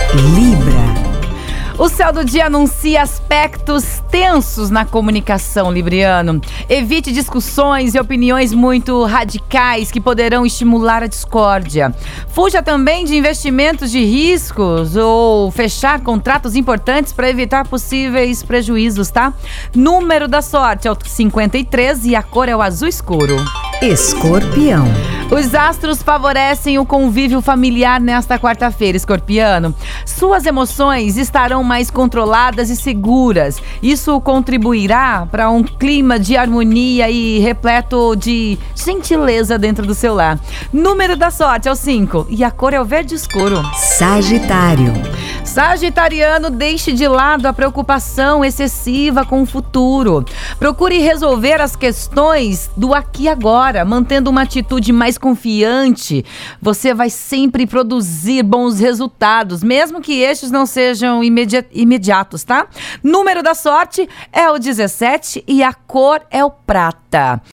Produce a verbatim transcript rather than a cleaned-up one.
Libra. O céu do dia anuncia aspectos tensos na comunicação, libriano. Evite discussões e opiniões muito radicais que poderão estimular a discórdia. Fuja também de investimentos de riscos ou fechar contratos importantes para evitar possíveis prejuízos, tá? Número da sorte é o cinquenta e três e a cor é o azul escuro. Escorpião. Os astros favorecem o convívio familiar nesta quarta-feira, escorpiano. Suas emoções estarão mais controladas e seguras. Isso contribuirá para um clima de harmonia e repleto de gentileza dentro do seu lar. Número da sorte é o cinco e a cor é o verde escuro. Sagitário. Sagitariano, deixe de lado a preocupação excessiva com o futuro. Procure resolver as questões do aqui e agora, mantendo uma atitude mais confiante. Você vai sempre produzir bons resultados, mesmo que estes não sejam imedi- imediatos, tá? Número da sorte é o dezessete e a cor é o prata.